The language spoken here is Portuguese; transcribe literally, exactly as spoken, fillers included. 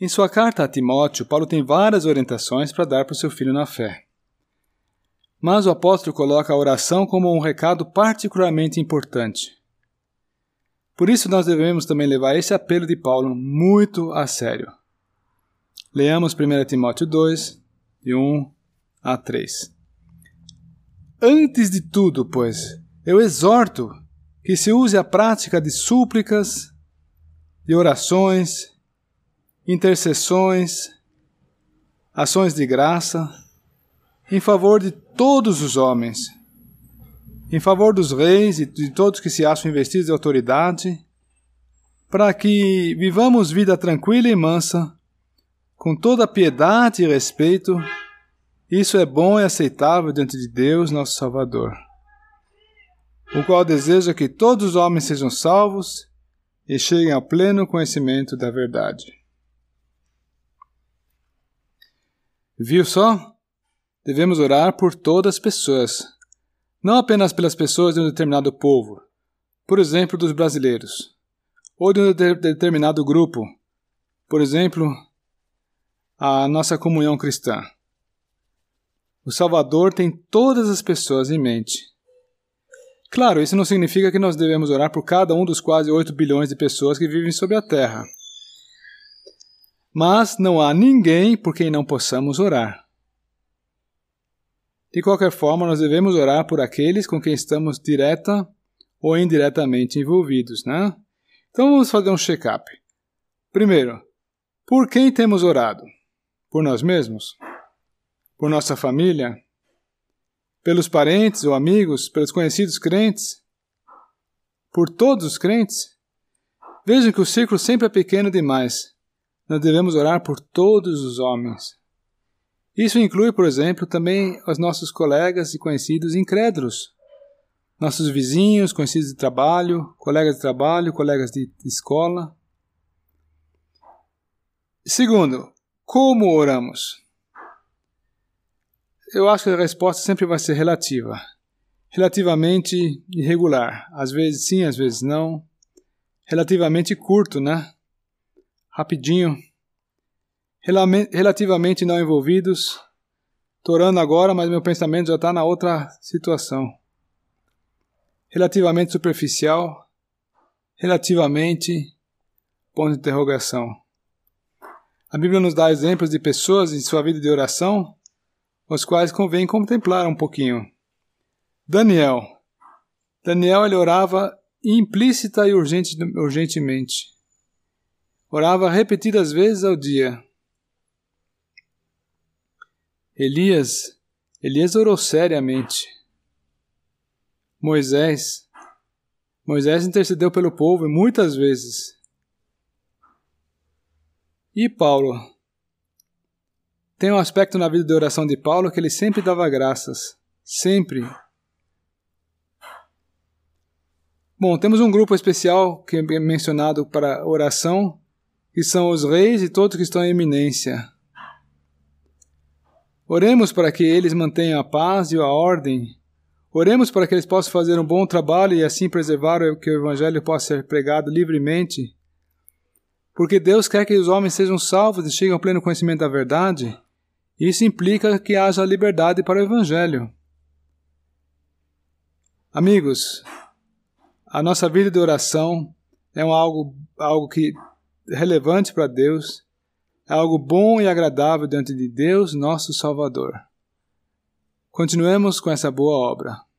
Em sua carta a Timóteo, Paulo tem várias orientações para dar para o seu filho na fé. Mas o apóstolo coloca a oração como um recado particularmente importante. Por isso nós devemos também levar esse apelo de Paulo muito a sério. Leamos primeira Timóteo dois, de um a três. Antes de tudo, pois, eu exorto que se use a prática de súplicas, de orações, intercessões, ações de graça, em favor de todos os homens, em favor dos reis e de todos que se acham investidos de autoridade, para que vivamos vida tranquila e mansa, com toda piedade e respeito. Isso é bom e aceitável diante de Deus, nosso Salvador, o qual deseja que todos os homens sejam salvos e cheguem ao pleno conhecimento da verdade. Viu só? Devemos orar por todas as pessoas, não apenas pelas pessoas de um determinado povo, por exemplo, dos brasileiros, ou de um de- determinado grupo, por exemplo, a nossa comunhão cristã. O Salvador tem todas as pessoas em mente. Claro, isso não significa que nós devemos orar por cada um dos quase oito bilhões de pessoas que vivem sobre a Terra. Mas não há ninguém por quem não possamos orar. De qualquer forma, nós devemos orar por aqueles com quem estamos direta ou indiretamente envolvidos, né? Então vamos fazer um check-up. Primeiro, por quem temos orado? Por nós mesmos? Por nossa família? Pelos parentes ou amigos? Pelos conhecidos crentes? Por todos os crentes? Vejam que o círculo sempre é pequeno demais. Nós devemos orar por todos os homens. Isso inclui, por exemplo, também os nossos colegas e conhecidos incrédulos. Nossos vizinhos, conhecidos de trabalho, colegas de trabalho, colegas de escola. Segundo, como oramos? Eu acho que a resposta sempre vai ser relativa. Relativamente irregular. Às vezes sim, às vezes não. Relativamente curto, né? Rapidinho. Relativamente não envolvidos. Estou orando agora, mas meu pensamento já está na outra situação. Relativamente superficial. Relativamente ponto de interrogação. A Bíblia nos dá exemplos de pessoas em sua vida de oração, os quais convém contemplar um pouquinho. Daniel. Daniel ele orava implícita e urgente, urgentemente. Orava repetidas vezes ao dia. Elias. Elias orou seriamente. Moisés. Moisés intercedeu pelo povo muitas vezes. E Paulo? Tem um aspecto na vida de oração de Paulo que ele sempre dava graças. Sempre. Bom, temos um grupo especial que é mencionado para oração, que são os reis e todos que estão em eminência. Oremos para que eles mantenham a paz e a ordem. Oremos para que eles possam fazer um bom trabalho e assim preservar que o Evangelho possa ser pregado livremente. Porque Deus quer que os homens sejam salvos e cheguem ao pleno conhecimento da verdade. Isso implica que haja liberdade para o Evangelho. Amigos, a nossa vida de oração é um algo, algo que é relevante para Deus, é algo bom e agradável diante de Deus, nosso Salvador. Continuemos com essa boa obra.